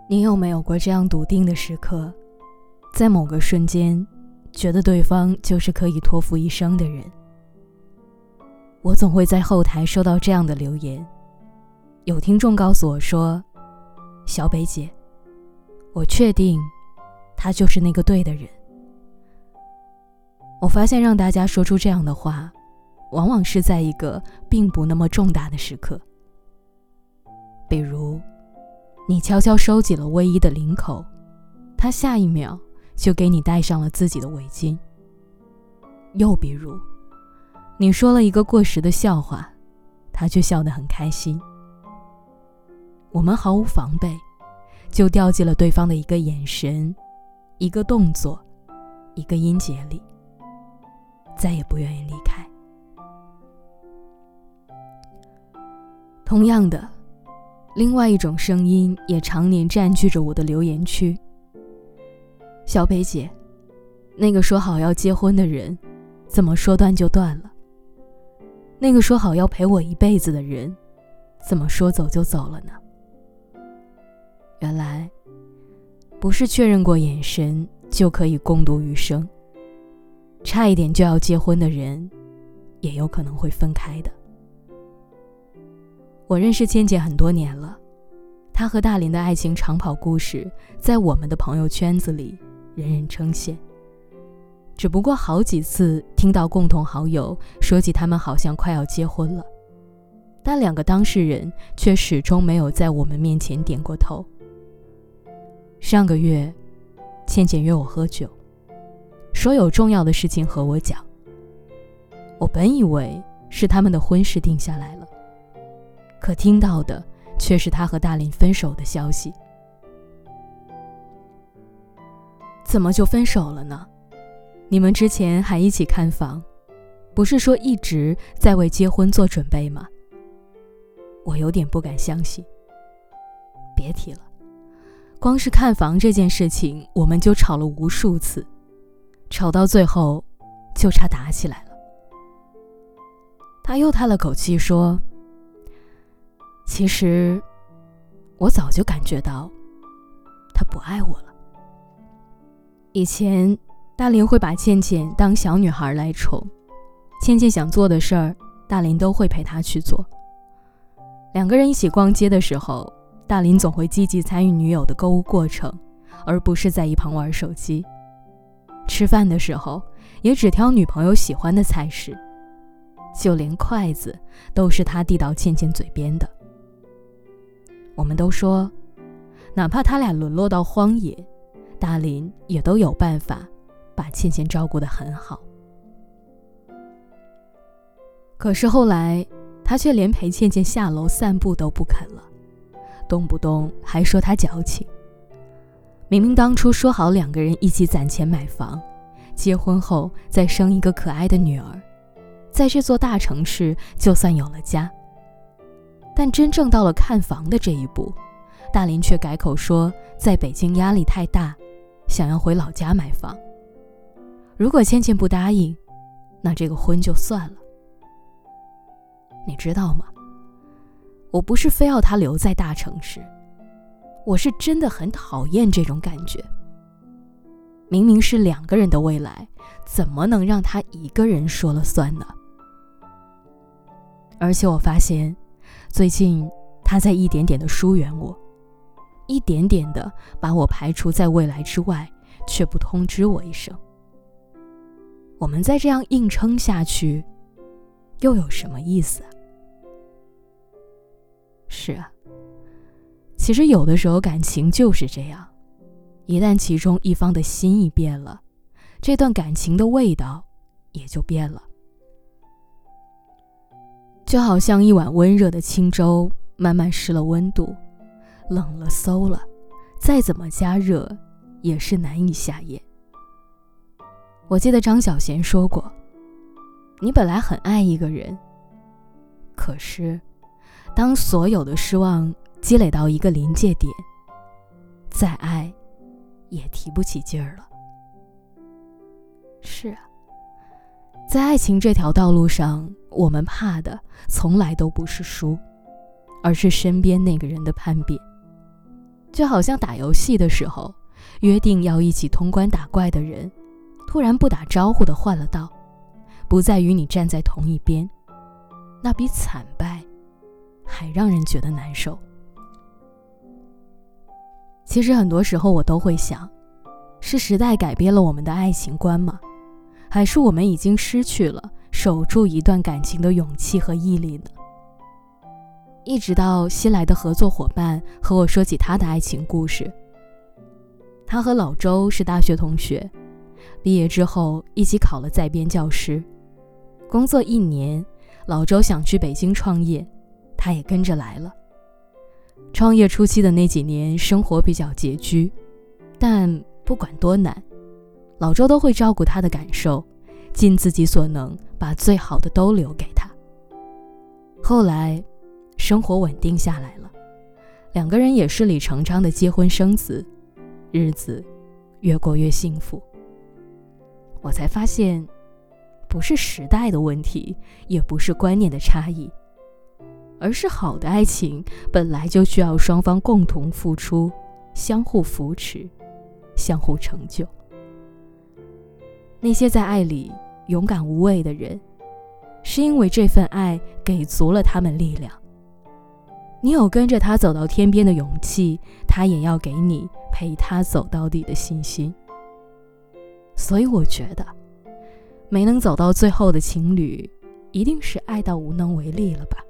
你有没有过这样笃定的时刻，在某个瞬间觉得对方就是可以托付一生的人？我总会在后台收到这样的留言，有听众告诉我说，小北姐，我确定他就是那个对的人。我发现让大家说出这样的话，往往是在一个并不那么重大的时刻，比如你悄悄收紧了卫衣的领口，他下一秒就给你戴上了自己的围巾。又比如你说了一个过时的笑话，他却笑得很开心。我们毫无防备，就掉进了对方的一个眼神，一个动作，一个音节里，再也不愿意离开。同样的，另外一种声音也常年占据着我的留言区。小北姐，那个说好要结婚的人，怎么说断就断了？那个说好要陪我一辈子的人，怎么说走就走了呢？原来，不是确认过眼神就可以共度余生，差一点就要结婚的人，也有可能会分开的。我认识倩倩很多年了，她和大林的爱情长跑故事在我们的朋友圈子里人人称羡。只不过好几次听到共同好友说起他们好像快要结婚了，但两个当事人却始终没有在我们面前点过头。上个月，倩倩约我喝酒，说有重要的事情和我讲。我本以为是他们的婚事定下来了，可听到的却是他和大林分手的消息。怎么就分手了呢？你们之前还一起看房，不是说一直在为结婚做准备吗？我有点不敢相信。别提了，光是看房这件事情，我们就吵了无数次，吵到最后就差打起来了。他又叹了口气说，其实我早就感觉到他不爱我了。以前大林会把倩倩当小女孩来宠，倩倩想做的事儿，大林都会陪她去做。两个人一起逛街的时候，大林总会积极参与女友的购物过程，而不是在一旁玩手机。吃饭的时候，也只挑女朋友喜欢的菜式，就连筷子都是他递到倩倩嘴边的。我们都说，哪怕他俩沦落到荒野，大林也都有办法把倩倩照顾得很好。可是后来，他却连陪倩倩下楼散步都不肯了，动不动还说她矫情。明明当初说好两个人一起攒钱买房，结婚后再生一个可爱的女儿，在这座大城市就算有了家。但真正到了看房的这一步，大林却改口说在北京压力太大，想要回老家买房。如果倩倩不答应，那这个婚就算了。你知道吗？我不是非要他留在大城市，我是真的很讨厌这种感觉。明明是两个人的未来，怎么能让他一个人说了算呢？而且我发现，最近他在一点点的疏远我，一点点的把我排除在未来之外，却不通知我一声。我们再这样硬撑下去，又有什么意思啊？是啊，其实有的时候感情就是这样，一旦其中一方的心意变了，这段感情的味道也就变了。就好像一碗温热的清粥慢慢失了温度，冷了馊了，再怎么加热也是难以下咽。我记得张小娴说过，你本来很爱一个人，可是当所有的失望积累到一个临界点，再爱也提不起劲儿了。是啊，在爱情这条道路上，我们怕的从来都不是输，而是身边那个人的叛变。 就好像打游戏的时候，约定要一起通关打怪的人，突然不打招呼的换了道，不再与你站在同一边，那比惨败还让人觉得难受。其实很多时候我都会想，是时代改变了我们的爱情观吗？还是我们已经失去了守住一段感情的勇气和毅力呢？一直到新来的合作伙伴和我说起他的爱情故事。他和老周是大学同学，毕业之后一起考了在编教师，工作1年，老周想去北京创业，他也跟着来了。创业初期的那几年，生活比较拮据，但不管多难，老周都会照顾他的感受，尽自己所能把最好的都留给他。后来生活稳定下来了，2个人也顺理成章的结婚生子，日子越过越幸福。我才发现，不是时代的问题，也不是观念的差异，而是好的爱情本来就需要双方共同付出，相互扶持，相互成就。那些在爱里勇敢无畏的人，是因为这份爱给足了他们力量。你有跟着他走到天边的勇气，他也要给你陪他走到底的信心。所以我觉得，没能走到最后的情侣，一定是爱到无能为力了吧。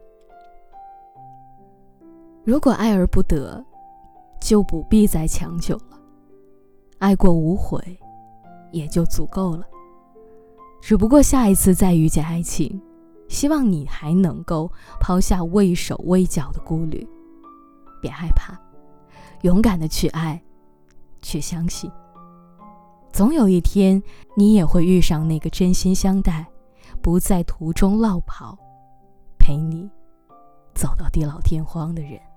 如果爱而不得，就不必再强求了，爱过无悔也就足够了。只不过下一次再遇见爱情，希望你还能够抛下畏手畏脚的顾虑，别害怕，勇敢的去爱，去相信，总有一天你也会遇上那个真心相待，不在途中落跑，陪你走到地老天荒的人。